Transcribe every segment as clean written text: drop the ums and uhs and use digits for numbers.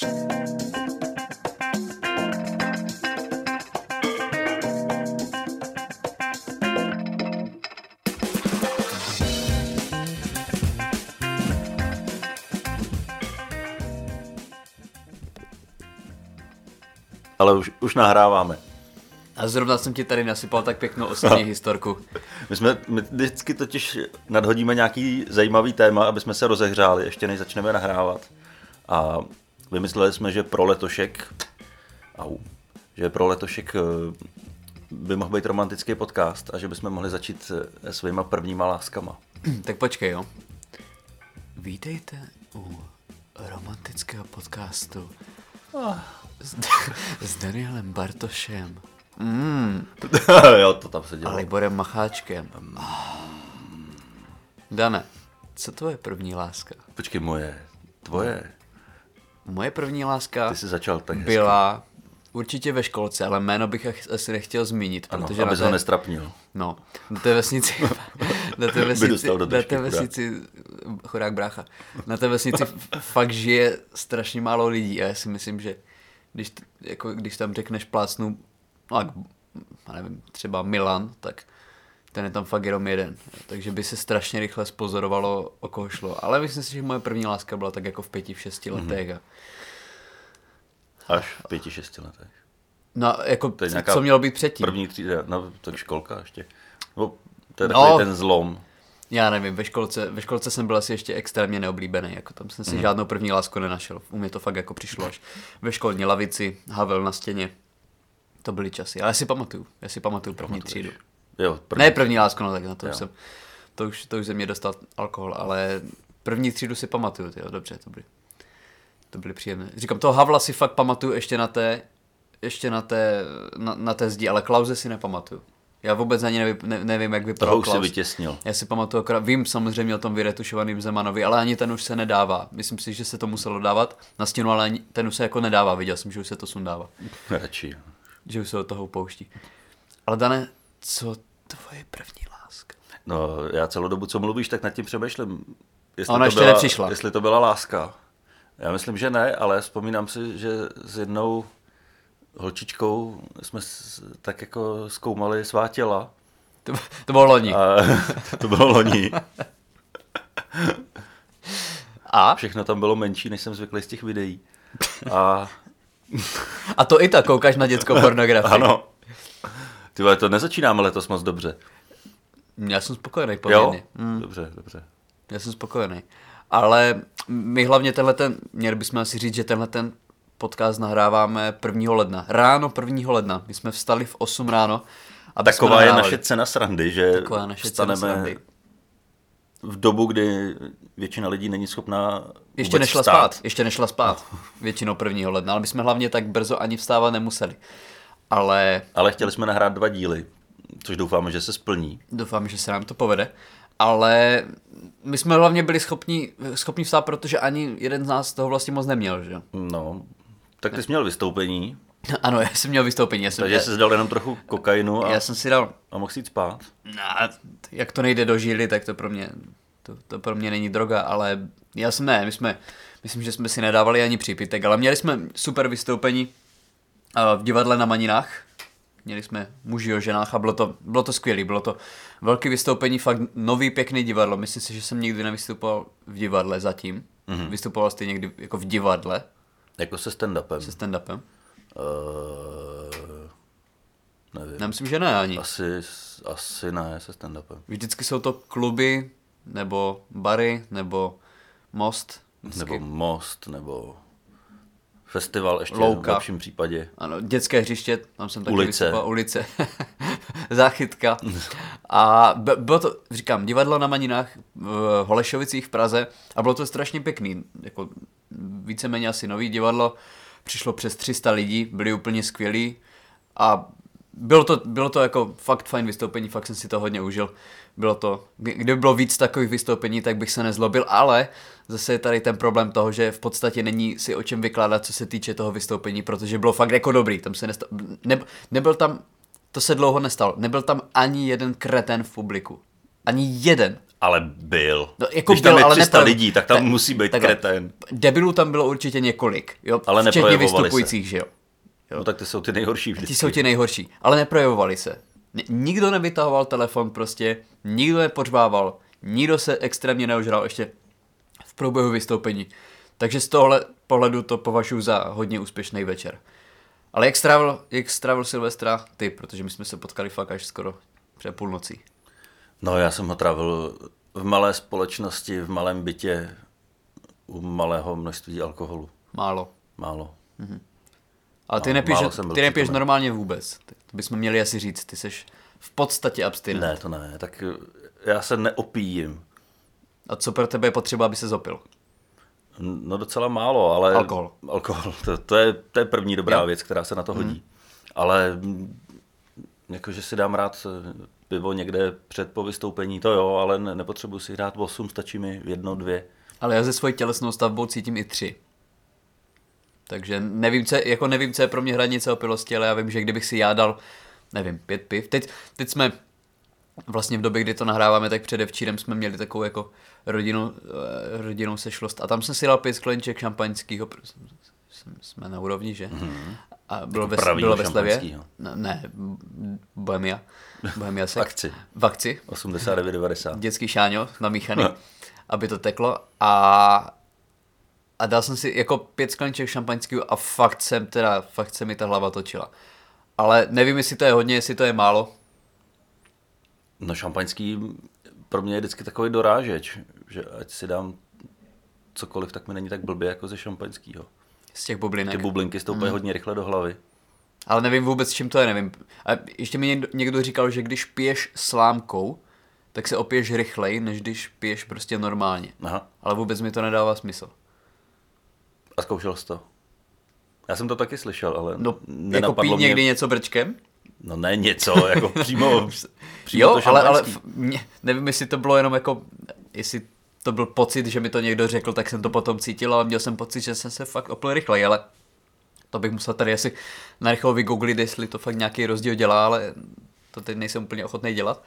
Ale už nahráváme. A zrovna jsem ti tady nasypal tak pěknou osobní historku. My vždycky totiž nadhodíme nějaký zajímavý téma, aby jsme se rozehřáli, ještě než začneme nahrávat. A vymysleli jsme, že pro letošek by mohl být romantický podcast a že bychom mohli začít svýma prvníma láskama. Tak počkej, jo. Vítejte u romantického podcastu s Danielem Bartošem. Jo, to tam se dělo. A Liborem Macháčkem. Dane, co tvoje první láska? Počkej, tvoje. Moje první láska Ty jsi začal tak byla určitě ve školce, ale jméno bych asi nechtěl zmínit, ano, protože aby ho nestrapnil. No, na té vesnici, chudák brácha, na té vesnici fakt žije strašně málo lidí a já si myslím, že když tam řekneš plácnu, no, nevím, třeba Milan, tak ten je tam fakt jenom jeden. Takže by se strašně rychle spozorovalo, o koho šlo. Ale myslím si, že moje první láska byla tak jako v 5-6 letech. Až v 5-6 letech. No, jako co mělo být předtím? První třída, no tak školka ještě. No, to je takový ten zlom. Já nevím, ve školce jsem byl asi ještě extrémně neoblíbený, jako tam jsem si žádnou první lásku nenašel. U mě to fakt jako přišlo až ve školní lavici, Havel na stěně. To byly časy, ale já si pamatuju první třídu. Jo, první lásku, no tak na to to už ze mě dostal alkohol, ale první třídu si pamatuju, dobře, to byly příjemné. Říkám, toho Havla si fakt pamatuju ještě na té zdi, ale Klause si nepamatuju. Já vůbec ani nevím, jak vypadal Klaus. Toho už si vytěsnil. Já si pamatuju, vím samozřejmě o tom vyretušovaným Zemanovi, ale ani ten už se nedává. Myslím si, že se to muselo dávat na stěnu, ale ten už se jako nedává. Viděl jsem, že už se to sundává. Radši. Že už se od toho upouští. Ale Dane, co tvoje první láska? No, já celou dobu, co mluvíš, tak nad tím přemýšlím. Ona ještě nepřišla. Jestli to byla láska. Já myslím, že ne, ale vzpomínám si, že s jednou holčičkou jsme tak jako zkoumali svá těla. To bylo loni. To bylo loni. A? Všechno tam bylo menší, než jsem zvyklý z těch videí. A to i tak koukáš na dětskou pornografii. Ano. Ty vole, to nezačínáme letos moc dobře. Já jsem spokojený poměrně. Dobře. Já jsem spokojený. Ale my hlavně měli bychom asi říct, že tenhle podcast nahráváme 1. ledna. Ráno 1. ledna. My jsme vstali v 8 ráno. Taková je naše cena srandy, že vstaneme v dobu, kdy většina lidí není schopná Ještě nešla spát. Většinou 1. ledna. Ale my jsme hlavně tak brzo ani vstávat nemuseli. Ale chtěli jsme nahrát 2 díly, což doufáme, že se splní. Doufáme, že se nám to povede. Ale my jsme hlavně byli schopni vstát, protože ani jeden z nás toho vlastně moc neměl, že? No, tak ty jsi měl vystoupení. Ano, já jsem měl vystoupení. Takže jsi dal jenom trochu kokainu já jsem si dal. A mohl si jít spát. No, jak to nejde do žíly, tak to pro mě není droga, ale myslím, že jsme si nedávali ani přípitek, ale měli jsme super vystoupení v divadle na Maninách. Měli jsme muži o ženách a bylo to skvělé, bylo to velké vystoupení, fakt nový pěkný divadlo. Myslím si, že jsem nikdy nevystupoval v divadle zatím. Vystupoval jsi někdy jako v divadle? Jako se stand-upem. Se stand-upem? Nevím. Nemyslím, že ne ani. Asi ne, se stand-upem. Vždycky jsou to kluby, nebo bary, nebo most. Nebo most, nebo festival ještě Louka. V lepším případě. Ano, dětské hřiště, tam jsem taky vystupoval. Ulice. Záchytka. A bylo to, říkám, divadlo na Maninách v Holešovicích v Praze a bylo to strašně pěkný. Jako víceméně asi nový divadlo. Přišlo přes 300 lidí, byli úplně skvělí a bylo to jako fakt fajn vystoupení, fakt jsem si to hodně užil. Bylo to, kdyby bylo víc takových vystoupení, tak bych se nezlobil, ale zase je tady ten problém toho, že v podstatě není si o čem vykládat, co se týče toho vystoupení, protože bylo fakt jako dobrý, tam se nebyl tam, to se dlouho nestalo, nebyl tam ani jeden kretén v publiku. Ani jeden. Ale byl. No, jako když tam je ale 300 lidí, tak tam musí být kretén. Debilů tam bylo určitě několik, jo? Ale včetně vystupujících, že jo? No tak ty jsou ty nejhorší vždycky. Ty jsou ti nejhorší, ale neprojevovali se. Nikdo nevytahoval telefon prostě, nikdo nepořvával, nikdo se extrémně neožral ještě v průběhu vystoupení. Takže z tohle pohledu to považuji za hodně úspěšný večer. Ale jak strávil Silvestra ty, protože my jsme se potkali fakt až skoro před půlnocí. No já jsem ho trávil v malé společnosti, v malém bytě, u malého množství alkoholu. Málo. Mhm. Ale ty nepiješ normálně vůbec. To bychom měli asi říct, ty seš v podstatě abstinent. Ne, to ne, tak já se neopíjím. A co pro tebe je potřeba, aby se zopil? No docela málo, ale... Alkohol, to je první dobrá věc, která se na to hodí. Ale jakože si dám rád pivo někde po vystoupení, to jo, ale nepotřebuji si dát 8, stačí mi 1, 2. Ale já ze svojí tělesnou stavbou cítím i 3. Takže nevím, co je pro mě hranice opilosti, ale já vím, že kdybych si já dal, nevím, 5 piv. Teď jsme vlastně v době, kdy to nahráváme, tak předevčírem jsme měli takovou jako rodinnou sešlost a tam jsem si dal 5 skleníček šampaňskýho, jsme na úrovni, že? Mm-hmm. A bylo ve slevě. Ne, Bohemia sek. V akci. 89,90. Dětský šáňo namíchaný, aby to teklo a dal jsem si jako 5 skleniček šampaňského a fakt se mi ta hlava točila. Ale nevím, jestli to je hodně, jestli to je málo. No šampaňský pro mě je vždycky takový dorážeč, že ať si dám cokoliv, tak mi není tak blbě jako ze šampaňského. Z těch bublinek. Ty bublinky stoupají hodně rychle do hlavy. Ale nevím vůbec, čím to je, nevím. A ještě mi někdo říkal, že když piješ slámkou, tak se opiješ rychleji, než když piješ prostě normálně. Aha. Ale vůbec mi to nedává smysl. A zkoušel jsi to? Já jsem to taky slyšel, ale no, jako pít někdy něco brčkem? No ne něco, jako přímo jo, to ale nevím, jestli to bylo jenom jako, jestli to byl pocit, že mi to někdo řekl, tak jsem to potom cítil, ale měl jsem pocit, že jsem se fakt opil rychleji, ale to bych musel tady asi narychlo vygooglit, jestli to fakt nějaký rozdíl dělá, ale to teď nejsem úplně ochotný dělat.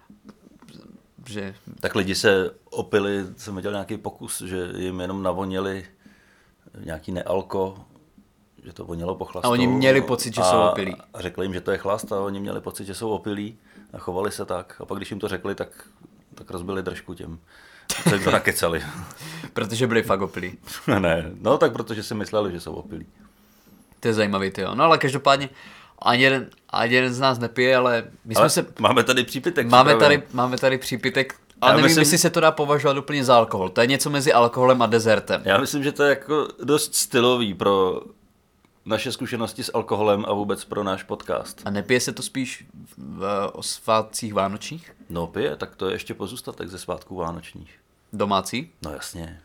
Že... Tak lidi se opili, jsem viděl nějaký pokus, že jim jenom navonili nějaký nealko, že to vonilo po chlastu. A oni měli pocit, že jsou opilí. A řekli jim, že to je chlast a oni měli pocit, že jsou opilí a chovali se tak. A pak když jim to řekli, tak rozbili držku těm, co jim to nakecali. Protože byli fakt opilí. Ne, no tak protože si mysleli, že jsou opilí. To je zajímavý, tyjo. No ale každopádně ani jeden z nás nepije, ale my jsme se... Máme tady přípitek. Máme tady přípitek, ale nevím, jestli se to dá považovat úplně za alkohol. To je něco mezi alkoholem a dezertem. Já myslím, že to je jako dost stylový pro naše zkušenosti s alkoholem a vůbec pro náš podcast. A nepije se to spíš o svátcích vánočních? No pije, tak to je ještě pozůstatek ze svátků vánočních. Domácí? No jasně.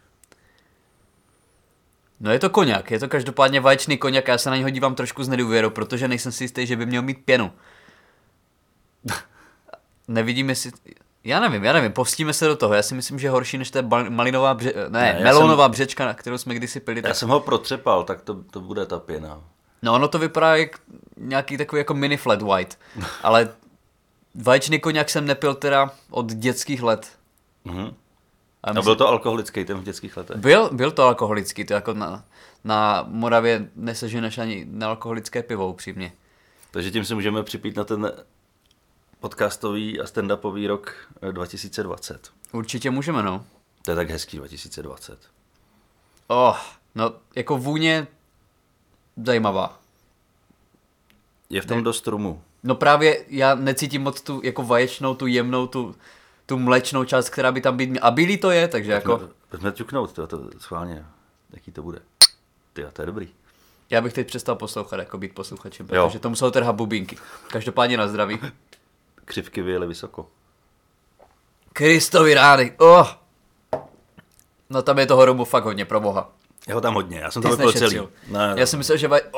No je to koňak, je to každopádně vaječný koňak a já se na něho dívám trošku s nedůvěrou, protože nejsem si jistý, že by měl mít pěnu. Nevidím, jestli... Já nevím, pustíme se do toho. Já si myslím, že horší než ta melounová břečka, na kterou jsme kdysi pili. Já jsem ho protřepal, tak to bude ta pěna. No ono to vypadá jak nějaký takový jako mini flat white, ale vaječný koňak jsem nepil teda od dětských let. Mhm. A byl to alkoholický ten v dětských letech? Byl to alkoholický, to jako na Moravě neseženeš ani na alkoholické pivo, upřímně. Takže tím se můžeme připít na ten podcastový a stand-upový rok 2020. Určitě můžeme, no. To je tak hezký 2020. No jako vůně zajímavá. Je v tom dost rumu. No právě já necítím moc tu jako vaječnou, tu jemnou, tu mléčnou část, která by tam být měla. A bílý to je, takže Pojďme ťuknout, to schválně. Jaký to bude? To je dobrý. Já bych teď přestal poslouchat, jako být posluchačem, protože to muselo trhat bubínky. Každopádně na zdraví. Křivky vyjeli vysoko. Kristovi rány. No tam je toho romu fakt hodně, pro boha. Je ho tam hodně, já jsem to vypil celý. Ne. Já jsem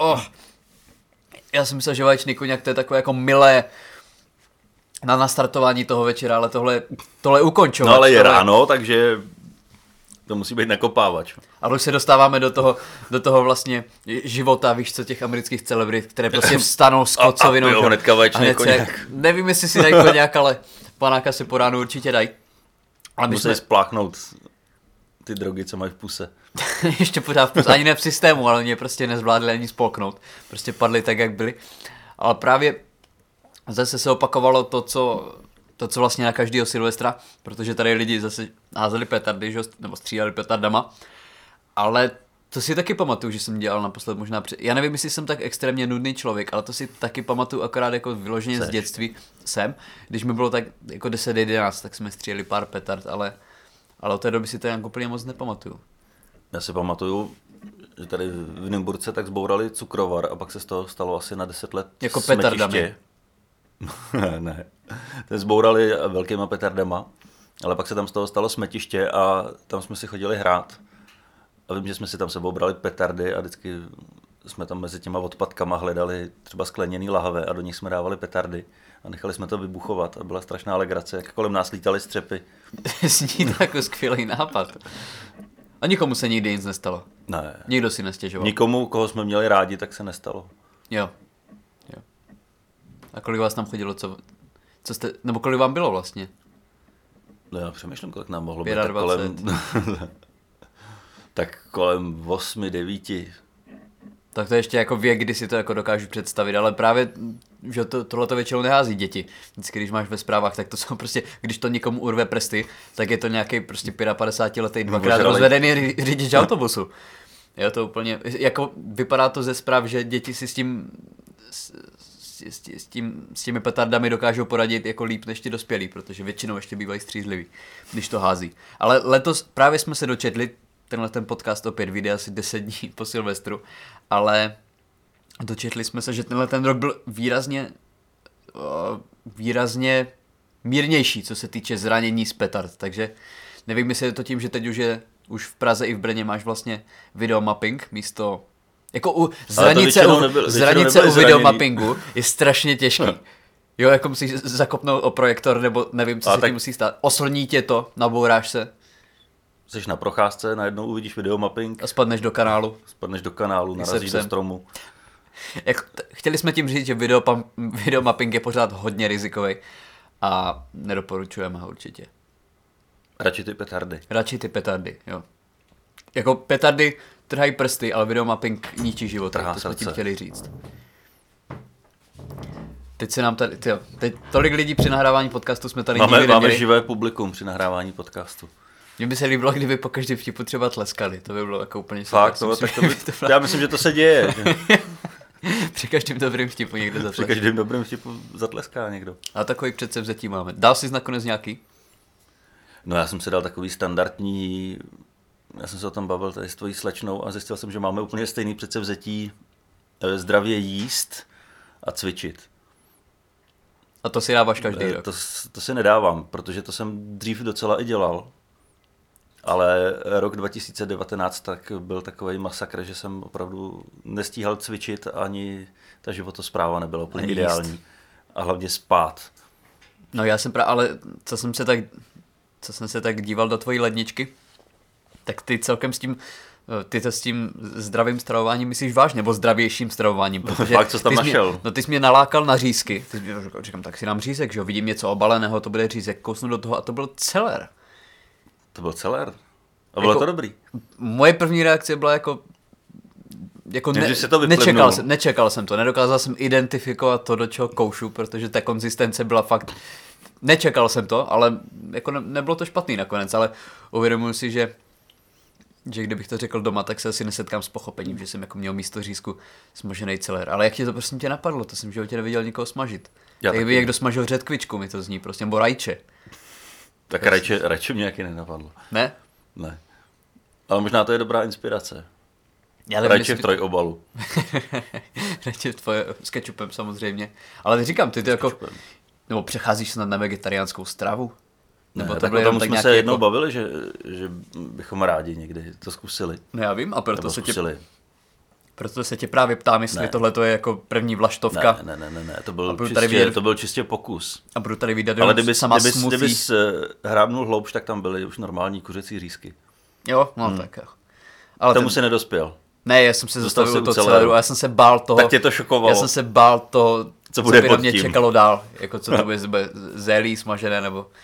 myslel, že vaječný koňak to je takové jako milé na nastartování toho večera, ale tohle ukončovat. No ale je ráno, takže to musí být nakopávač. A už se dostáváme do toho vlastně života, víš co, těch amerických celebrit, které prostě vstanou s kocovinou. A hnedka vaječný koňak. Nevím, jestli si dají koňak, ale panáka si po ránu určitě dají. Ale musí spláchnout ty drogy, co mají v puse. Ještě pořád v puse, ani ne v systému, ale mě prostě nezvládli ani spolknout. Prostě padli tak, jak byli. Ale právě zase se opakovalo to, co vlastně na každého Silvestra, protože tady lidi zase házeli petardy, že? Nebo stříleli petardama. Ale to si taky pamatuju, že jsem dělal naposled možná já nevím, jestli jsem tak extrémně nudný člověk, ale to si taky pamatuju akorát jako vyloženě z dětství když mi bylo tak jako 10-11, tak jsme stříleli pár petard, ale od té doby si to nějak úplně moc nepamatuju. Já si pamatuju, že tady v Nymburce tak zbourali cukrovar a pak se z toho stalo asi na 10 let jako petardami. Ne, ten zbourali velkýma petardama, ale pak se tam z toho stalo smetiště a tam jsme si chodili hrát. A vím, že jsme si tam sebou brali petardy a vždycky jsme tam mezi těma odpadkama hledali třeba skleněný lahve a do nich jsme dávali petardy a nechali jsme to vybuchovat a byla strašná legrace, jak kolem nás lítaly střepy. Zní to jako skvělý nápad. A nikomu se nikdy nic nestalo? Ne. Nikdo si nestěžoval? Nikomu, koho jsme měli rádi, tak se nestalo. Jo. A kolik vás tam chodilo, co jste, nebo kolik vám bylo vlastně? No já přemýšlím, kolik nám mohlo 25. být, tak kolem 8, 9. Tak to je ještě jako věk, kdy si to jako dokážu představit, ale právě, že tohleto většinou nehází děti. Vždycky, když máš ve zprávách, tak to jsou prostě, když to někomu urve prsty, tak je to nějaký prostě 55letý dvakrát rozvedený řidič autobusu. Jo, to úplně, jako vypadá to ze zpráv, že děti si s těmi petardami dokážou poradit jako líp než ti dospělí, protože většinou ještě bývají střízliví, když to hází. Ale letos právě jsme se dočetli, ten podcast opět vyjde asi 10 dní po Silvestru, ale dočetli jsme se, že ten rok byl výrazně mírnější, co se týče zranění z petard, takže nevím, jestli je to tím, že teď už v Praze i v Brně máš vlastně videomapping místo, jako u zranice u videomappingu je strašně těžký. Jo, jako musíš zakopnout o projektor, nebo nevím, co se tím musí stát. Oslní tě to, nabouráš se. Jsi na procházce, najednou uvidíš videomapping. A spadneš do kanálu. Narazíš do stromu. Chtěli jsme tím říct, že videomapping je pořád hodně rizikový a nedoporučujeme ho určitě. Radši ty petardy, jo. Jako petardy trhají prsty, ale videomapping ničí život, to jsme tím chtěli říct. Teď se nám tady, teď tolik lidí při nahrávání podcastu jsme tady nikdy neměli. Máme živé publikum při nahrávání podcastu. Mně by se líbilo, kdyby po každém vtipu třeba tleskali, to by bylo jako úplně super. Fakt, já myslím, že to se děje. Při každém dobrým vtipu někdo zatleská. Při každém dobrým vtipu zatleská někdo. A takový předsevzetí máme. Dal jsi nakonec nějaký? No já jsem si dal takový standardní, já jsem se o tom bavil tady s tvojí slečnou a zjistil jsem, že máme úplně stejný předsevzetí zdravě jíst a cvičit. A to si dáváš každý rok? To si nedávám, protože to jsem dřív docela i dělal. Ale rok 2019 tak byl takový masakr, že jsem opravdu nestíhal cvičit, ani ta životospráva nebyla úplně ideální. A hlavně spát. No já jsem ale co jsem se tak díval do tvojí ledničky, tak ty celkem ty to s tím zdravým stravováním myslíš vážně, nebo zdravějším stravováním, protože fakt, co jsi tam našel? Ty jsi mě nalákal na řízky, říkám, tak si dám řízek, že jo, vidím něco obaleného, to bude řízek, kousnu do toho a to byl celer. To byl celer? A bylo to dobrý? Moje první reakce byla jako nečekal jsem to, nedokázal jsem identifikovat to, do čeho koušu, protože ta konzistence byla fakt, nečekal jsem to, ale jako nebylo to špatný nakonec, ale uvědomuji si, že kdybych to řekl doma, tak se asi nesetkám s pochopením, že jsem jako měl místo řízku smažený celer. Ale jak tě to prosím tě napadlo, to jsem v životě neviděl nikoho smažit. Jak by někdo smažil řetkvičku, mi to zní prostě, nebo rajče. Tak rajče mě nějaký nenapadlo. Ne? Ne. Ale možná to je dobrá inspirace. Rajče v trojobalu. Rajče s kečupem samozřejmě. Ale říkám, ty jako, nebo přecházíš snad na vegetariánskou stravu? Nebo ne, tak o tom jsme se jednou bavili, že bychom rádi někdy to zkusili. No já vím, a proto se tě právě ptám, jestli tohle je jako první vlaštovka. Ne, to byl čistě pokus. A budu tady vydat ale kdybys hrábnul hloubš, tak tam byly už normální kuřecí řízky. Jo, no tak jo. Ale tomu se nedospěl. Ne, já jsem se zastavil do celeru a já jsem se bál toho. Tak tě to šokovalo. Já jsem se bál toho, co by na mě čekalo dál. Jako co to bude zélí, smažené, nebo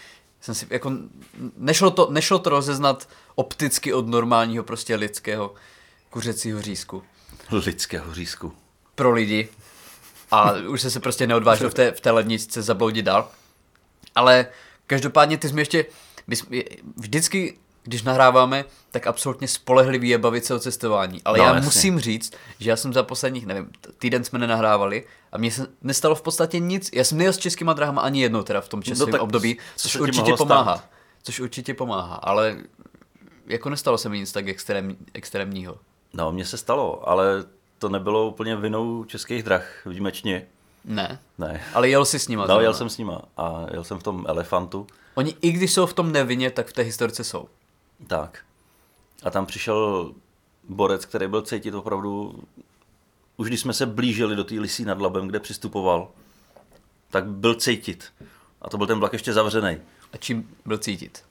jsem si jako, nešlo to rozeznat opticky od normálního prostě lidského kuřecího řízku. Lidského řízku. Pro lidi. A už se prostě neodvážil v té ledničce zabloudit dál. Ale každopádně ty jsi mi ještě, vždycky, když nahráváme, tak absolutně spolehlivý je bavit se o cestování. Ale já musím říct, že já jsem za posledních, nevím, týden jsme nenahrávali a mně se nestalo v podstatě nic. Já jsem nejel s Českýma drahama ani jednou teda v tom časovém období, což určitě pomáhá. Což určitě pomáhá, ale jako nestalo se mi nic tak extrémního. No, mně se stalo, ale to nebylo úplně vinou Českých drah, výjimečně. Ne. Ne. Ale jel jsi s nima. No, jel jsem s nima a jel jsem v tom Elefantu. Oni i když jsou v tom nevinně, tak v té historice jsou. Tak. A tam přišel borec, který byl cítit opravdu, už když jsme se blížili do té Lysí nad Labem, kde přistupoval, tak byl cítit. A to byl ten vlak ještě zavřený. A čím byl cítit?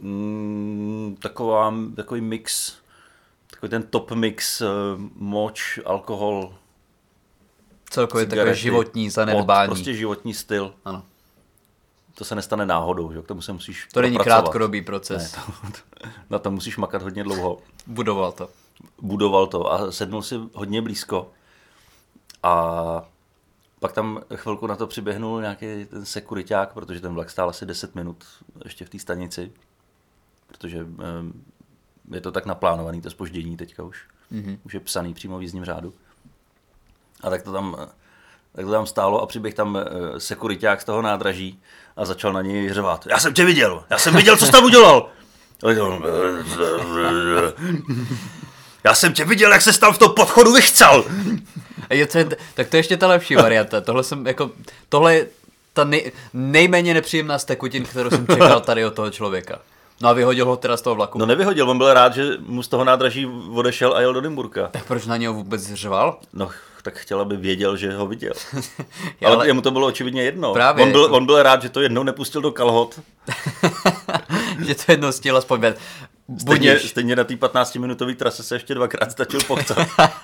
Takový mix, takový ten top mix, moč, alkohol, celkově takové životní zanedbání. Prostě životní styl. Ano. To se nestane náhodou, že? K tomu se musíš to není krátkodobý proces. Ne, na to musíš makat hodně dlouho. Budoval to a sednul si hodně blízko. A pak tam chvilku na to přiběhnul nějaký ten sekuriťák, protože ten vlak stál asi 10 minut ještě v té stanici. Protože je to tak naplánovaný, to zpoždění teďka už. Mm-hmm. Už je psaný přímo v jízdním řádu. A tak to tam stálo a přiběh tam sekuriťák z toho nádraží a začal na něj řvát. Já jsem viděl, co jsi tam udělal. Já jsem tě viděl, jak se tam v tom podchodu vychcal. Tak to je ještě ta lepší varianta. Tohle je ta nejméně nepříjemná z tekutin, kterou jsem čekal tady od toho člověka. No a vyhodil ho teda z toho vlaku. No nevyhodil, on byl rád, že mu z toho nádraží odešel a jel do Nymburka. Tak proč na něho vůbec řval? No, tak chtěl, aby věděl, že ho viděl. Ale jemu to bylo očividně jedno. Právě, on byl rád, že to jednou nepustil do kalhot. Že to jednou stěl aspoň věc. Stejně na té 15-minutové trase se ještě dvakrát stačil pochcat.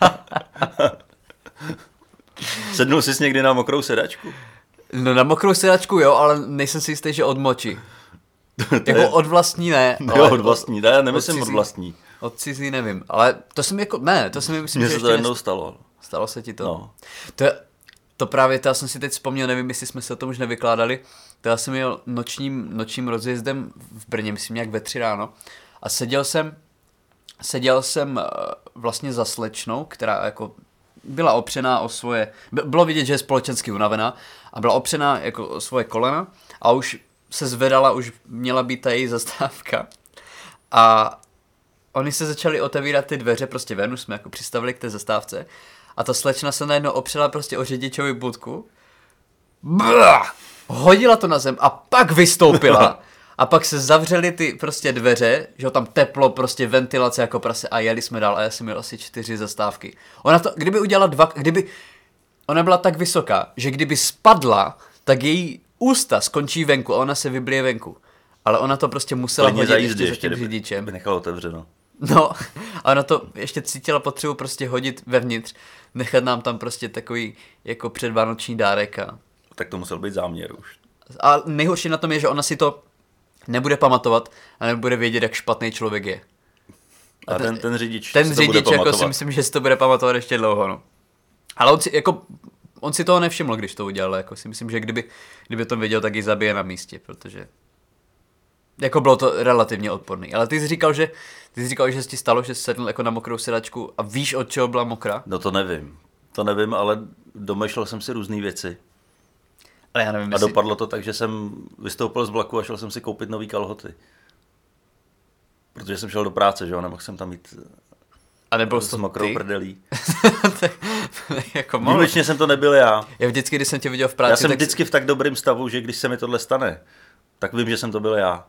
Sednul jsi někdy na mokrou sedačku? No na mokrou sedačku jo, ale nejsem si jistý, že od moči. Jako od vlastní ne. Jo, od vlastní, ne, nemyslím od vlastní. Od cizí nevím, ale to se mi jako, ne, to se mi myslím, že se to jednou stalo. Stalo se ti to? No. To právě, to já jsem si teď vzpomněl, nevím, jestli jsme se o tom už nevykládali, to já jsem jel nočním rozjezdem v Brně, myslím nějak ve 3 ráno a seděl jsem vlastně za slečnou, která jako byla opřená o svoje, bylo vidět, že je společensky unavená a byla opřená jako o svoje kolena a už se zvedala, už měla být ta její zastávka a oni se začali otevírat ty dveře prostě ven, už jsme jako přistavili k té zastávce a ta slečna se najednou opřela prostě o řidičovi budku, hodila to na zem a pak vystoupila a pak se zavřely ty prostě dveře, že tam teplo, prostě ventilace jako prase a jeli jsme dál a já jsem měl asi 4 zastávky. Ona to, kdyby udělala ona byla tak vysoká, že kdyby spadla, tak její ústa skončí venku a ona se vyblije venku. Ale ona to prostě musela hodit ještě za tím řidičem. By nechala otevřeno. No, a ona to ještě cítila potřebu prostě hodit vevnitř, nechat nám tam prostě takový jako předvánoční dárek. Tak to musel být záměr už. A nejhorší na tom je, že ona si to nebude pamatovat a nebude vědět, jak špatný člověk je. A ten řidič jako si myslím, že si to bude pamatovat ještě dlouho, no. Ale on si toho nevšiml, když to udělal, jako si myslím, že kdyby to věděl, tak ji zabije na místě, protože jako bylo to relativně odporný. Ale ty jsi říkal, že se ti stalo, že jsi sedl jako na mokrou sedačku a víš, od čeho byla mokrá? No to nevím, ale domýšlel jsem si různé věci. Ale já nevím, a dopadlo to tak, že jsem vystoupil z vlaku a šel jsem si koupit nový kalhoty. Protože jsem šel do práce, že jo, nemohl jsem tam jít a nebyl s mokrou prdelí. Jako výjimečně jsem to nebyl já. Já vždycky, když jsem tě viděl v práci, já jsem vždycky v tak dobrém stavu, že když se mi tohle stane, tak vím, že jsem to byl já.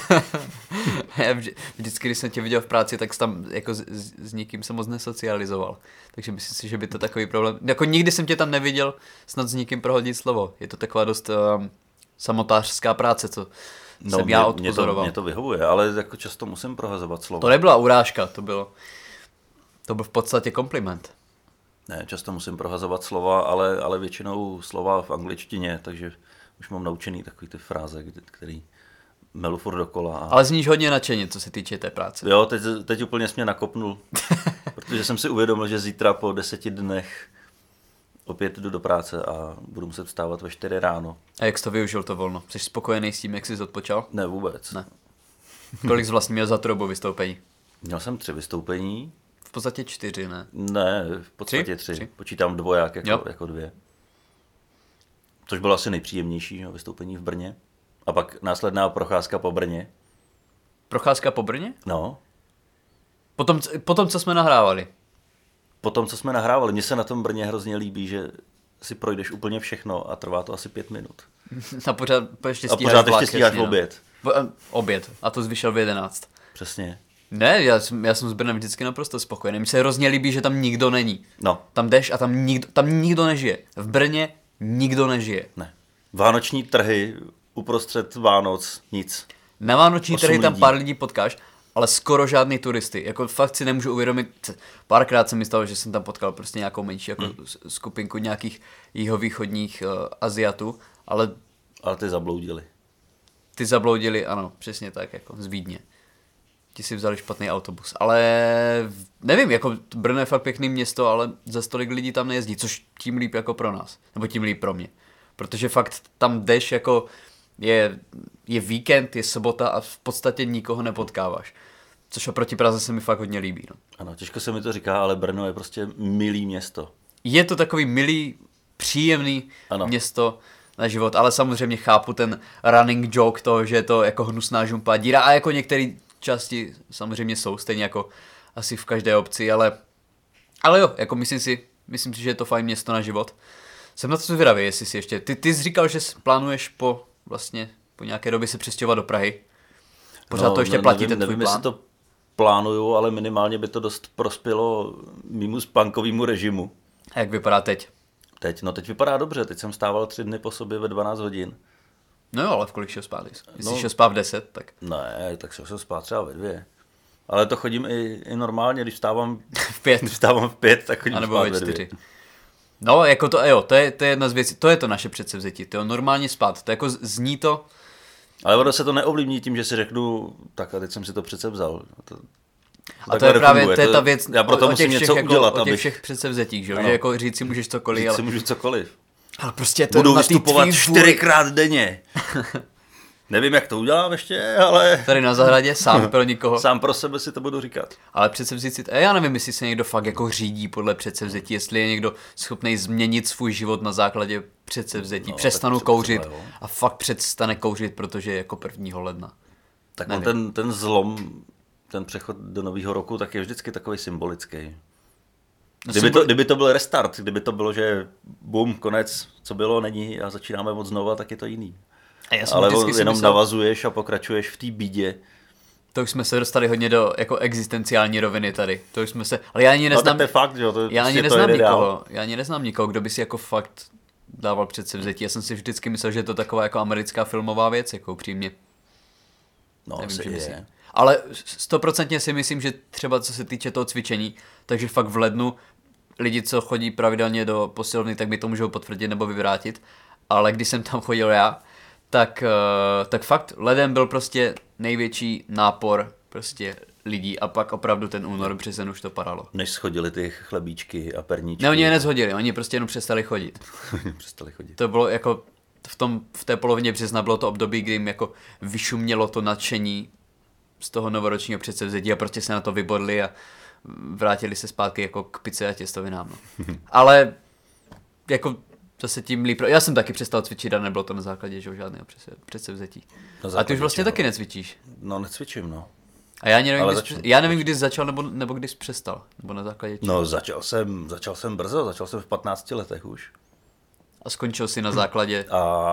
Vždycky, když jsem tě viděl v práci, tak tam jako s nikým se moc nesocializoval. Takže myslím si, že by to takový problém. Jako nikdy jsem tě tam neviděl snad s nikým prohodit slovo. Je to taková dost samotářská práce, co jsem já odpozoroval. Mě to vyhovuje, ale jako často musím prohazovat slovo. To nebyla urážka, to byl v podstatě kompliment. Ne, často musím prohazovat slova, ale většinou slova v angličtině, takže už mám naučený takový ty fráze, který melu furt dokola. Ale zníš hodně nadšeně, co se týče té práce. Jo, teď úplně jsi mě nakopnul, protože jsem si uvědomil, že zítra po 10 dnech opět jdu do práce a budu muset vstávat ve 4 ráno. A jak jsi to využil to volno? Jsi spokojený s tím, jak jsi odpočal? Ne, vůbec. Ne. Kolik jsi vlastně měl za tu dobu vystoupení? Měl jsem 3 vystoupení. V podstatě 4, ne? Ne, v podstatě 3. Počítám dvoják jako 2. Což bylo asi nejpříjemnější vystoupení v Brně. A pak následná procházka po Brně. Procházka po Brně? No. Potom, co jsme nahrávali. Potom, co jsme nahrávali. Mně se na tom Brně hrozně líbí, že si projdeš úplně všechno a trvá to asi 5 minut. A pořád ještě stíháš oběd. Oběd. A to zvyšel v 11. Přesně. Ne, já jsem s Brnem vždycky naprosto spokojený. Mně se hrozně líbí, že tam nikdo není. No. Tam jdeš a tam nikdo nežije. V Brně nikdo nežije. Ne. Vánoční trhy uprostřed Vánoc, nic. Na vánoční trhy tam pár lidí potkáš, ale skoro žádný turisty. Jako fakt si nemůžu uvědomit. Párkrát se mi stalo, že jsem tam potkal prostě nějakou menší jako skupinku nějakých jihovýchodních Aziatů, ale ty zabloudili. Ty zabloudili, ano, přesně tak, jako z Vídně. Ti si vzali špatný autobus. Ale nevím, jako Brno je fakt pěkný město, ale za tolik lidí tam nejezdí, což tím líp jako pro nás. Nebo tím líp pro mě. Protože fakt tam jdeš jako je víkend, je sobota a v podstatě nikoho nepotkáváš. Což oproti Praze se mi fakt hodně líbí. No. Ano, těžko se mi to říká, ale Brno je prostě milý město. Je to takový milý, příjemný město na život, ale samozřejmě chápu ten running joke toho, že je to jako hnusná žumpa díra a jako některé části samozřejmě jsou, stejně jako asi v každé obci, ale jo, jako myslím si, že je to fajn město na život. Jsem na to zvědavý, jestli si ještě, ty jsi říkal, že plánuješ po nějaké době se přestěhovat do Prahy. Pořád to ještě platí ten tvůj nevím, plán? Jestli to plánuju, ale minimálně by to dost prospělo mýmu punkovému režimu. A jak vypadá teď? Teď vypadá dobře, teď jsem stával 3 dny po sobě ve 12 hodin. No jo, ale v kolik šel spát? Jestli šel spát v 10, tak... Ne, tak šel jsem spát třeba ve 2. Ale to chodím i normálně, když vstávám v 5. Když vstávám v 5, tak chodím spát ve 4. No, jako to je jedna z věcí, to je to naše předsevzetí, to je normálně spát, to jako zní to... Ale ono se to neovlivní tím, že si řeknu, tak a teď jsem si to přece vzal. A to je právě to je ta věc já proto musím něco udělat, o těch všech předsevzetích, že jako říct si můžeš cokoliv. Říct si můžu cokoliv. Ale prostě to budu vystupovat 4krát denně. Nevím, jak to udělám ještě, ale... Tady na zahradě, sám pro nikoho. Sám pro sebe si to budu říkat. Ale předsevzetí, já nevím, jestli se někdo fakt jako řídí podle předsevzetí, jestli je někdo schopný změnit svůj život na základě předsevzetí. Přestanu kouřit a fakt přestane kouřit, protože je jako 1. ledna. Tak ten zlom, ten přechod do nového roku, tak je vždycky takový symbolický. Kdyby to byl restart, kdyby to bylo, že bum, konec, co bylo, není a začínáme od znova, tak je to jiný. Ale jenom navazuješ a pokračuješ v té bídě. To už jsme se dostali hodně do jako existenciální roviny tady. To už jsme se, ale já ani neznám. To je fakt, jo, já ani neznám nikoho, kdo by si jako fakt dával předsevzetí. Já jsem si vždycky myslel, že je to taková jako americká filmová věc, jako upřímně. No, nevím, je. Ale 100% si myslím, že třeba co se týče toho cvičení, takže fakt v lednu lidi, co chodí pravidelně do posilovny, tak mi to můžou potvrdit nebo vyvrátit. Ale když jsem tam chodil já, tak fakt ledem byl prostě největší nápor prostě lidí a pak opravdu ten únor, březen už to padalo. Než schodili ty chlebíčky a perníčky. Ne, oni je neshodili, oni prostě jenom přestali chodit. To bylo jako v té polovině března bylo to období, kdy jim jako vyšumělo to nadšení z toho novoročního předsevzetí a prostě se na to vybodli a vrátili se zpátky jako k pice a těstovinám. No. Ale jako zase tím líp. Já jsem taky přestal cvičit a nebylo to na základě žádného předsevzetí. A ty už vlastně taky necvičíš. No, necvičím, no. A já nevím, kdy jsi začal nebo kdy jsi přestal, nebo na základě čeho. No, začal jsem brzo, začal jsem v 15 letech už. A skončil jsi na základě?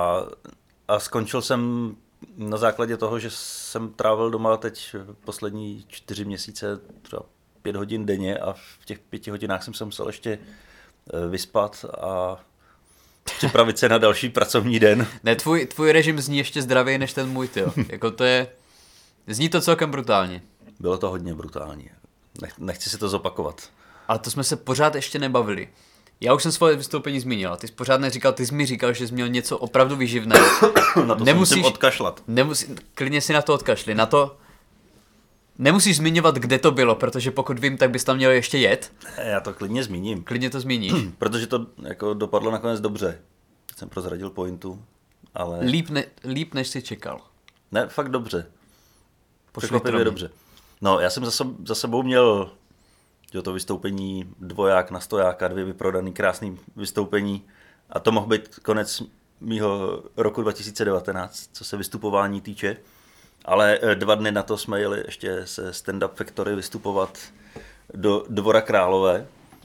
A skončil jsem na základě toho, že jsem trávil doma teď poslední 4 měsíce, třeba 5 hodin denně a v těch 5 hodinách jsem se musel ještě vyspat a připravit se na další pracovní den. Ne, tvůj režim zní ještě zdravěji než ten můj, tyjo. Jako zní to celkem brutálně. Bylo to hodně brutální. Nechci si to zopakovat. Ale to jsme se pořád ještě nebavili. Já už jsem svoje vystoupení zmínil. Ty jsi pořád neříkal, ty jsi mi říkal, že jsi měl něco opravdu výživného. Na to nemusíš, musím odkašlat. Klidně si na to odkašli. Na to nemusíš zmiňovat, kde to bylo, protože pokud vím, tak bys tam měl ještě jet. Já to klidně zmíním. Klidně to zmíníš. Protože to jako dopadlo nakonec dobře. Teď jsem prozradil pointu, ale... Líp než jsi čekal. Ne, fakt dobře. Překvapivě dobře. No, já jsem za sebou měl to vystoupení dvoják na stojáka, 2 vyprodaný krásný vystoupení a to mohl být konec mýho roku 2019, co se vystupování týče. Ale 2 dny na to jsme jeli ještě se Stand Up Factory vystupovat do Dvora Králové.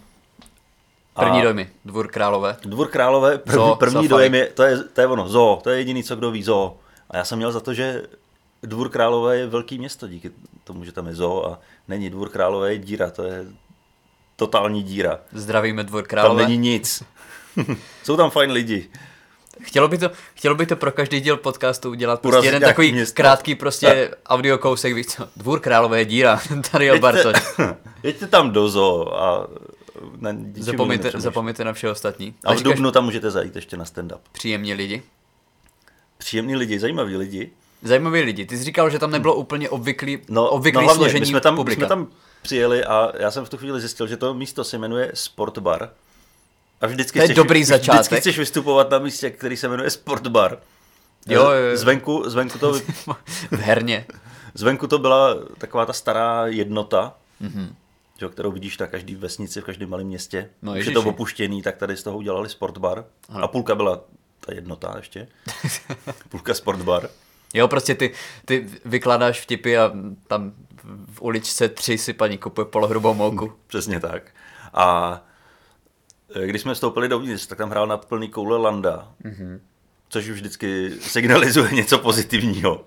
První dojmy, Dvůr Králové. Dvůr Králové, první dojem je, to je ono, zoo, to je jediný, co kdo ví, zoo. A já jsem měl za to, že Dvůr Králové je velký město díky tomu, že tam je zoo a není. Dvůr Králové je díra, to je totální díra. Dvůr Králové. Tam není nic. Jsou tam fajn lidi. Chtělo by to pro každý díl podcastu udělat prostě jeden takový město. Krátký prostě audiokousek, víš co? Dvůr Králové je díra, tady Bartoš. Jeďte tam do zoo a zapomeňte na vše ostatní. A v dubnu tam můžete zajít ještě na stand-up. Příjemní lidi, zajímaví lidi. Zajímaví lidi. Ty jsi říkal, že tam nebylo úplně obvyklý složení my jsme tam přijeli a já jsem v tu chvíli zjistil, že to místo se jmenuje Sportbar. A vždycky vždycky chceš vystupovat na místě, který se jmenuje Sportbar. Jo. Zvenku to... v herně. Zvenku to byla taková ta stará jednota, kterou vidíš na každý vesnici, v každém malém městě. No, když je to opuštěný, tak tady z toho udělali Sportbar. Ano. A půlka byla ta jednota ještě. Půlka Sportbar. Jo, prostě ty vykládáš vtipy a tam v uličce 3 si paní kupuje polohrubou mouku. Přesně tak. A když jsme vstoupili dovnitř, tak tam hrál na plný koule Landa, což vždycky signalizuje něco pozitivního.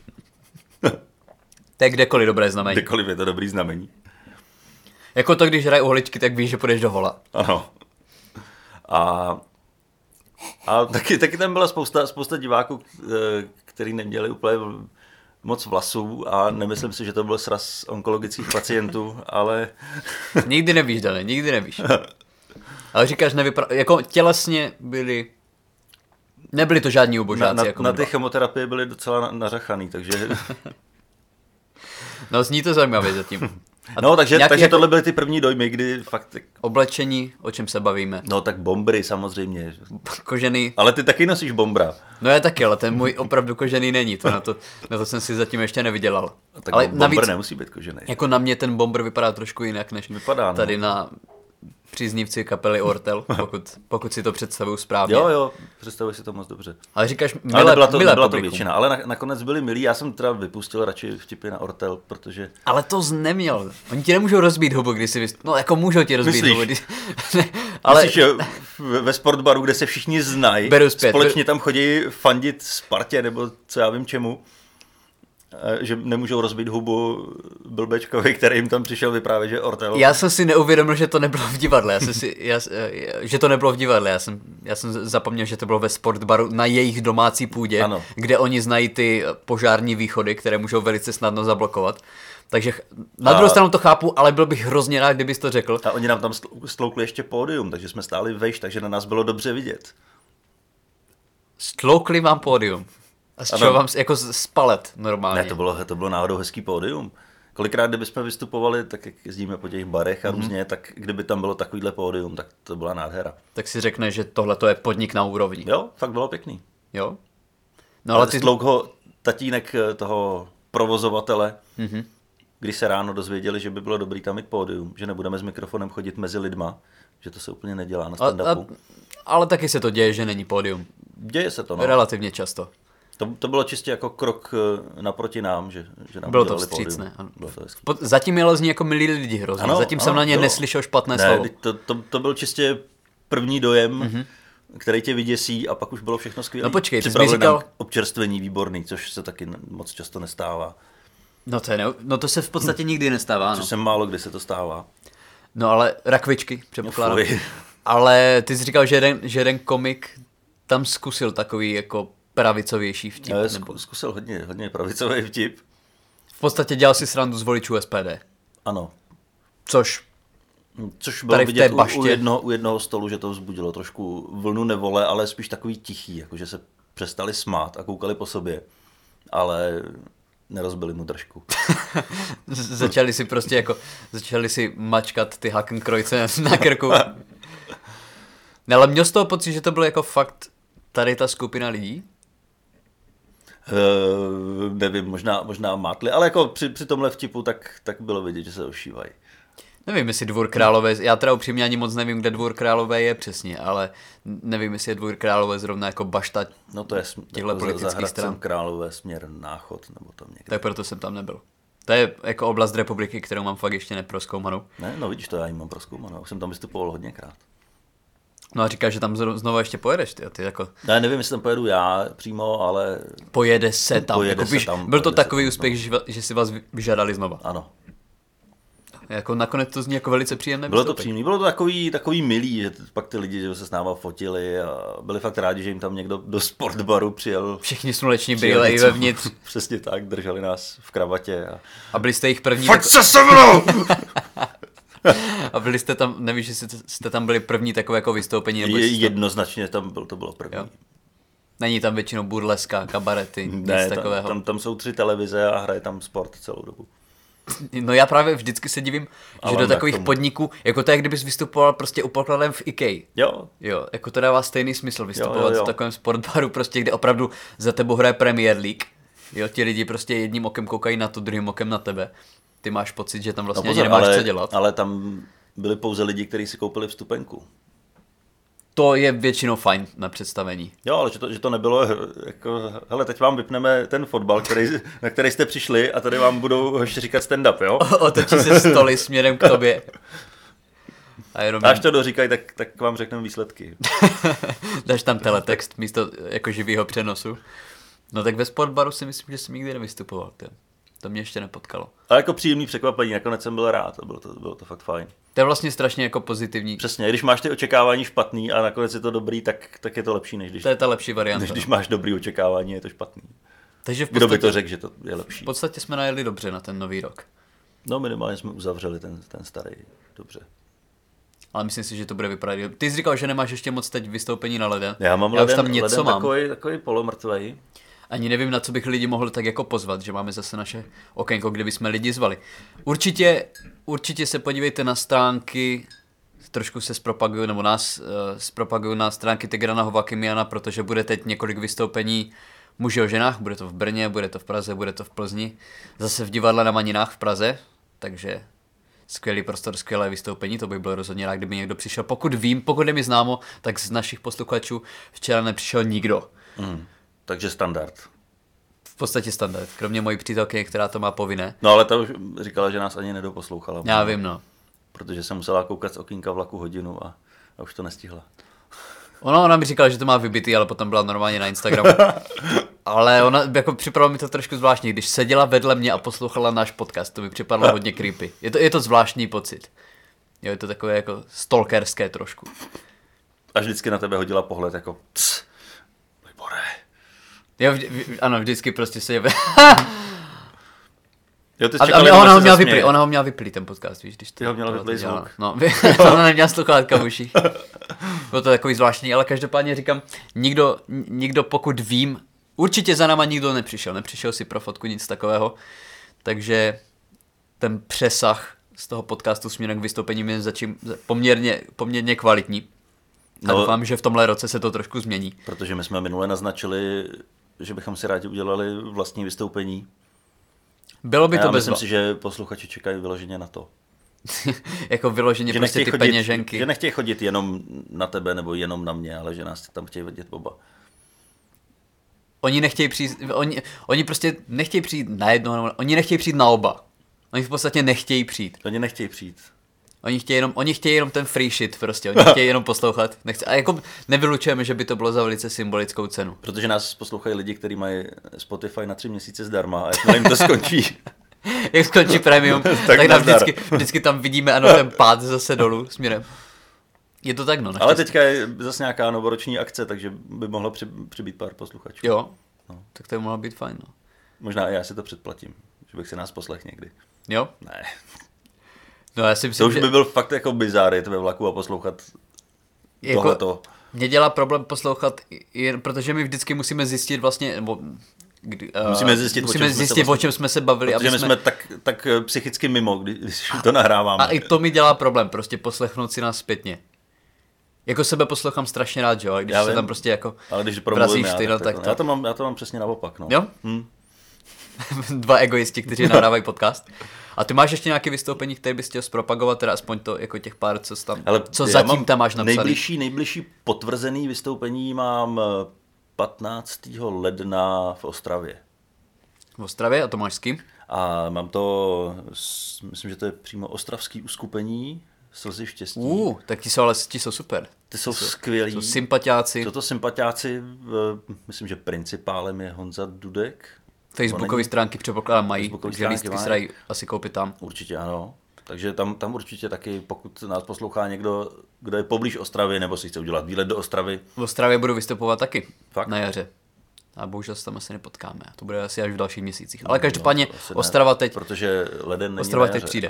To je kdekoliv dobré znamení. Kdekoliv je to dobrý znamení. Jako to, když hrají uhličky, tak víš, že půjdeš do hola. Ano. A taky tam byla spousta diváků, kteří neměli úplně moc vlasů a nemyslím si, že to byl sraz onkologických pacientů, ale... Nikdy nevíš, Dane, nikdy nevíš. Ale říkáš, jako tělesně nebyli to žádní ubožáci. Na té chemoterapii byli docela nařachaný, takže... No, zní to zajímavě zatím. Takže tohle byly ty první dojmy, kdy fakt... Oblečení, o čem se bavíme. No tak bombry samozřejmě. Kožený. Ale ty taky nosíš bombra. No já taky, ale ten můj opravdu kožený není. Na to jsem si zatím ještě nevydělal. Tak ale bomber nemusí být kožený. Jako na mě ten bomber vypadá trošku jinak, než tady na příznivci kapely Ortel, pokud si to představuju správně. Jo, představuji si to moc dobře. Ale říkáš, nebyla to většina, ale nakonec byli milí. Já jsem teda vypustil radši vtipy na Ortel, protože... Ale to jsi neměl. Oni ti nemůžou rozbít hubu, když si No, jako můžou ti rozbít hubu. Ale... Myslíš, že ve sportbaru, kde se všichni znají, společně tam chodí fandit Spartě, nebo co já vím čemu, že nemůžou rozbít hubu blbečkovi, který jim tam přišel vyprávět, že Ortel... Já jsem si neuvědomil, že to nebylo v divadle. Že to nebylo v divadle. Já jsem zapomněl, že to bylo ve sportbaru na jejich domácí půdě, ano. Kde oni znají ty požární východy, které můžou velice snadno zablokovat. Takže na druhou stranu to chápu, ale byl bych hrozně rád, kdybys to řekl. A oni nám tam stloukli ještě pódium, takže jsme stáli vejš, takže na nás bylo dobře vidět. Stloukli vám pódium? A z čeho vám jako z palet normálně? Ne, to bylo náhodou hezký pódium. Kolikrát, kdybychom vystupovali, tak jak jezdíme po těch barech a různě, tak kdyby tam bylo takovýhle pódium, tak to byla nádhera. Tak si řekne, že tohle to je podnik na úrovni. Jo, fakt bylo pěkný. Jo? No, ale stlouk ho tatínek toho provozovatele, když se ráno dozvěděli, že by bylo dobrý tam mít pódium, že nebudeme s mikrofonem chodit mezi lidma, že to se úplně nedělá na stand-upu. Ale taky se to děje, že není pódium. Děje se to, no. Relativně často. To bylo čistě jako krok naproti nám, že nám bylo to vstřícné. Zatím mělo zní jako milí lidi hrozně. Ano, zatím jsem na ně neslyšel špatné slovo. To byl čistě první dojem, který tě vyděsí a pak už bylo všechno skvělé. No počkej, ty jsi mi říkal... občerstvení výborný, což se taky moc často nestává. No to se v podstatě nikdy nestává. Což se málo kdy se to stává. No ale rakvičky, předpokládám. Ale ty jsi říkal, že jeden komik tam zkusil takový jako pravicovější vtip. Zkusil hodně pravicový vtip. V podstatě dělal si srandu z voličů SPD. Ano. Což Což bylo vidět u jednoho stolu, že to vzbudilo trošku vlnu nevole, ale spíš takový tichý, jakože se přestali smát a koukali po sobě, ale nerozbili mu držku. začali si mačkat ty Hakenkreuze na krku. Ale měl z toho pocit, že to bylo jako fakt tady ta skupina lidí? Nevím, možná mátli, ale jako při tomhle vtipu tak bylo vidět, že se ošívají. Nevím, jestli Dvůr Králové, já teda upřímně ani moc nevím, kde Dvůr Králové je přesně, ale nevím, jestli je Dvůr Králové zrovna jako bašta těchto politických stran. Králové směr Náchod nebo tam někde. Tak proto jsem tam nebyl. To je jako oblast republiky, kterou mám fakt ještě neprozkoumanou. Ne, no vidíš, to já ji mám prozkoumanou, už jsem tam vystupoval hodněkrát. No a říkáš, že tam znovu ještě pojedeš, ty jako... Ne, nevím, jestli tam pojedu já přímo, ale... Pojede se tam. Byl to takový úspěch, že si vás vyžádali znova. Ano. Jako nakonec to zní jako velice příjemné. Bylo to příjemné, bylo to takový milý, že pak ty lidi že se s náma fotili a byli fakt rádi, že jim tam někdo do sportbaru přijel. Všichni sluneční byli i vevnitř. Přesně tak, drželi nás v kravatě. A byli jste jich první... Pojď se se mnou! A byli jste tam, nevíš, jestli jste tam byli první takové jako vystoupení? Nebo jednoznačně to bylo první. Jo. Není tam většinou burleska, kabarety, nic takového? Tam jsou 3 televize a hraje tam sport celou dobu. No já právě vždycky se divím, že do takových podniků, jako to je, kdybys vystupoval prostě u pokladem v IKEA. Jo, jako to dává stejný smysl vystupovat v takovém sportbaru, prostě kde opravdu za tebou hraje Premier League. Jo, ti lidi prostě jedním okem koukají na to, druhým okem na tebe. Ty máš pocit, že tam vlastně ani nemáš co dělat. Ale tam byli pouze lidi, kteří si koupili vstupenku. To je většinou fajn na představení. Jo, ale že to nebylo jako, hele, teď vám vypneme ten fotbal, na který jste přišli a tady vám budou ještě říkat stand-up, jo? Otočí se stoly směrem k tobě. A až to doříkají, tak vám řekneme výsledky. Dáš tam teletext místo jako živýho přenosu. No tak ve sportbaru si myslím, že jsem nikdy nevystupoval. To mě ještě nepotkalo. Ale jako příjemný překvapení, nakonec jsem byl rád, bylo to fakt fajn. To je vlastně strašně jako pozitivní. Přesně, když máš ty očekávání špatný a nakonec je to dobrý, tak je to lepší, než když... To je ta lepší varianta. Než když máš dobrý očekávání, je to špatný. Takže v podstatě, kdo by to řekl, že to je lepší? V podstatě jsme najeli dobře na ten nový rok. No minimálně jsme uzavřeli ten starý dobře. Ale myslím si, že to bude vypadat. Ty jsi říkal, že nemáš ještě moc teď vystoupení na leden. Já mám leden, už tam něco mám. Takový polomrtvej. Ani nevím, na co bych lidi mohli tak jako pozvat, že máme zase naše okénko, kde bychom lidi zvali. Určitě se podívejte na stránky, trošku se zpropaguju, nebo nás zpropaguju na stránky Tigrana Hovakimiana, protože bude teď několik vystoupení muži o ženách, bude to v Brně, bude to v Praze, bude to v Plzni, zase v divadle na Maninách v Praze, takže skvělý prostor, skvělé vystoupení, to bych byl rozhodně rád, kdyby někdo přišel. Pokud je mi známo, tak z našich posluchačů včera nepřišel nikdo. Takže standard. V podstatě standard, kromě mojí přítelky, která to má povinné. No ale ta už říkala, že nás ani nedoposlouchala. Já vím, no. Protože jsem musela koukat z okýnka vlaku hodinu a už to nestihla. Ona mi říkala, že to má vybitý, ale potom byla normálně na Instagramu. Ale ona, jako připadalo mi to trošku zvláštní, když seděla vedle mě a poslouchala náš podcast, to mi připadlo hodně creepy. Je to zvláštní pocit. Jo, je to takové jako stalkerské trošku. A vždycky na tebe hodila pohled jako Libore. Jo, ano, vždycky prostě se jebe. Jo, ona ho měla vyplý ten podcast, víš, když ty ho měla vyplý zvuk. No, ona neměla sluchátka v uších. Bylo to takový zvláštní, ale každopádně říkám, nikdo pokud vím, určitě za náma nikdo nepřišel si pro fotku, nic takového, takže ten přesah z toho podcastu směrem k vystoupení je poměrně kvalitní. A doufám, že v tomhle roce se to trošku změní. Protože my jsme minule naznačili, že bychom si rádi udělali vlastní vystoupení. Bylo by to myslím si, že posluchači čekají vyloženě na to. Jako vyloženě že prostě ty peněženky. Že nechtějí chodit jenom na tebe nebo jenom na mě, ale že nás tam chtějí vidět oba. Oni nechtějí přijít, oni prostě nechtějí přijít na jednoho, oni nechtějí přijít na oba. Oni v podstatě nechtějí přijít. Oni nechtějí přijít. Oni chtějí jenom ten free shit prostě, oni chtějí jenom poslouchat. A jako nevylučujeme, že by to bylo za velice symbolickou cenu. Protože nás poslouchají lidi, kteří mají Spotify na 3 měsíce zdarma a jakmile jim to skončí. Jak skončí premium, tak nám vždycky tam vidíme ten pád zase dolů směrem. Je to tak, no. Ale teďka je zase nějaká novoroční akce, takže by mohlo přibýt pár posluchačů. Jo, tak to by mohlo být fajn, no. Možná i já si to předplatím, že bych si nás poslech někdy. Jo? Ne. No, já si myslím, to už by byl fakt jako bizár jet ve vlaku a poslouchat jako, tohleto. Mě dělá problém poslouchat, protože my vždycky musíme zjistit vlastně, nebo musíme zjistit, o čem jsme se bavili. Protože my jsme tak psychicky mimo, když to nahráváme. A i to mi dělá problém, prostě poslechnout si nás zpětně. Jako sebe poslouchám strašně rád, že jo? Když se tam prostě jako ale když vrazíš ty, no, tak já to mám přesně naopak, no. Jo? Dva egoisti, kteří nahrávají podcast. A ty máš ještě nějaké vystoupení, které bys chtěl zpropagovat, teda aspoň to, jako těch pár, co zatím tam máš napsaný? Nejbližší potvrzený vystoupení mám 15. ledna v Ostravě. V Ostravě? A to máš s kým? A mám to, myslím, že to je přímo ostravský uskupení Slzy štěstí. Tak ti jsou super. Ty jsou skvělí. Jsou sympatiáci. Jsou to sympatiáci, myslím, že principálem je Honza Dudek. Facebookové stránky předpokládám mají, že lístky se dají asi koupit tam. Určitě ano. Takže tam určitě taky, pokud nás poslouchá někdo, kdo je poblíž Ostravy, nebo si chce udělat výlet do Ostravy. V Ostravě budu vystupovat taky. Fakt? Na jaře. A bohužel se tam asi nepotkáme. To bude asi až v dalších měsících. Ale každopádně Ostrava teď... Protože leden není Ostrava na jaře, teď přijde.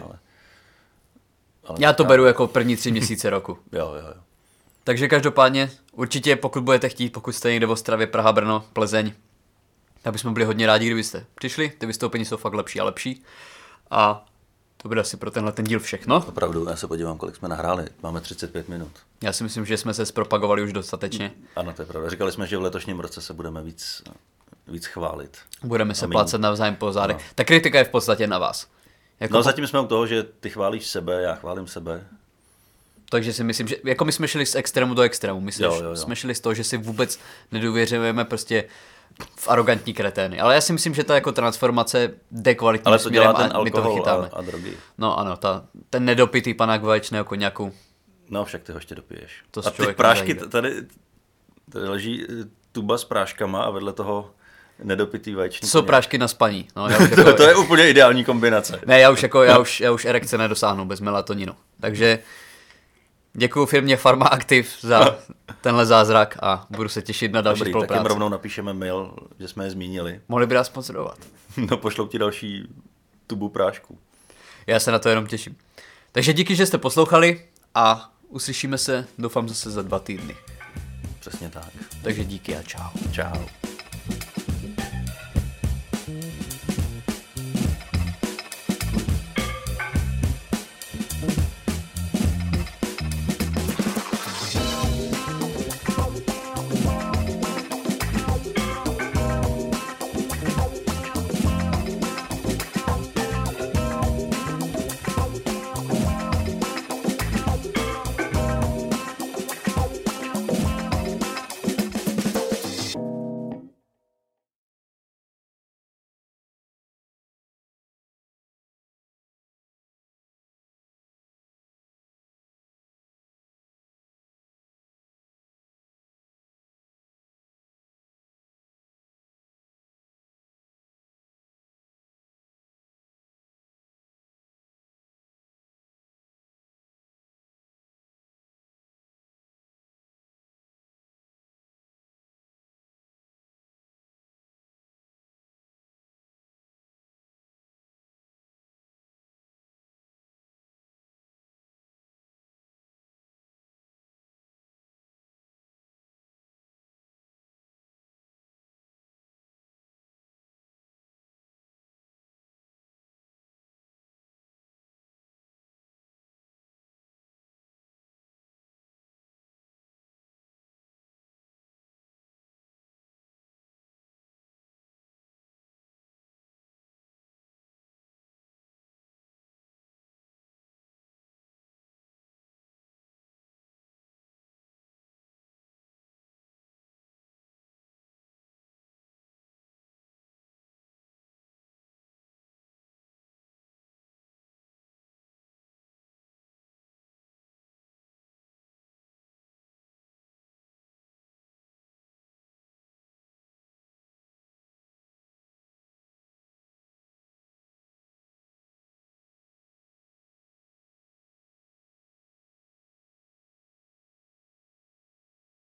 Ale já to beru jako první 3 měsíce roku. Jo. Takže každopádně určitě, pokud budete chtít, pokud jste někde v Ostravě, Praha, Brno, Plzeň, tak bychom byli hodně rádi, kdybyste přišli. Ty vystoupení jsou fakt lepší a lepší. A to bude asi pro tenhle ten díl všechno. Opravdu, já se podívám, kolik jsme nahráli. Máme 35 minut. Já si myslím, že jsme se zpropagovali už dostatečně. Ano, to je pravda. Říkali jsme, že v letošním roce se budeme víc chválit. Budeme se plácat navzájem po zádech. No. Ta kritika je v podstatě na vás. Jako zatím jsme u toho, že ty chválíš sebe, já chválím sebe. Takže si myslím, že jako my jsme šli z extrému do extrému. My jsme šli z toho, že si vůbec nedůvěřujeme prostě v arrogantní kretény. Ale já si myslím, že ta jako transformace jde kvalitním směrem a my to chytáme. A drogy. No ano, ten nedopitý panák vaječného koněku. No však ty ho ještě dopiješ. To a ty prášky, tady leží tuba s práškama a vedle toho nedopitý vaječný koněk. Jsou prášky na spaní. No, to je úplně ideální kombinace. Ne, já už erekce nedosáhnu bez melatoninu. Takže děkuju firmě Pharma Active za tenhle zázrak a budu se těšit na další spolupráci. Tak jim rovnou napíšeme mail, že jsme je zmínili. Mohli by nás sponzorovat. No pošlou ti další tubu prášku. Já se na to jenom těším. Takže díky, že jste poslouchali a uslyšíme se, doufám, zase za 2 týdny. Přesně tak. Takže díky a čau. Čau.